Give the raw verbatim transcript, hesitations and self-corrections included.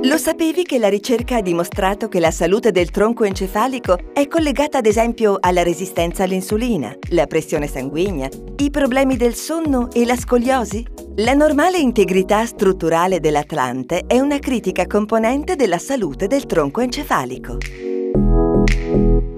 Lo sapevi che la ricerca ha dimostrato che la salute del tronco encefalico è collegata ad esempio alla resistenza all'insulina, la pressione sanguigna, i problemi del sonno e la scoliosi? La normale integrità strutturale dell'Atlante è una critica componente della salute del tronco encefalico.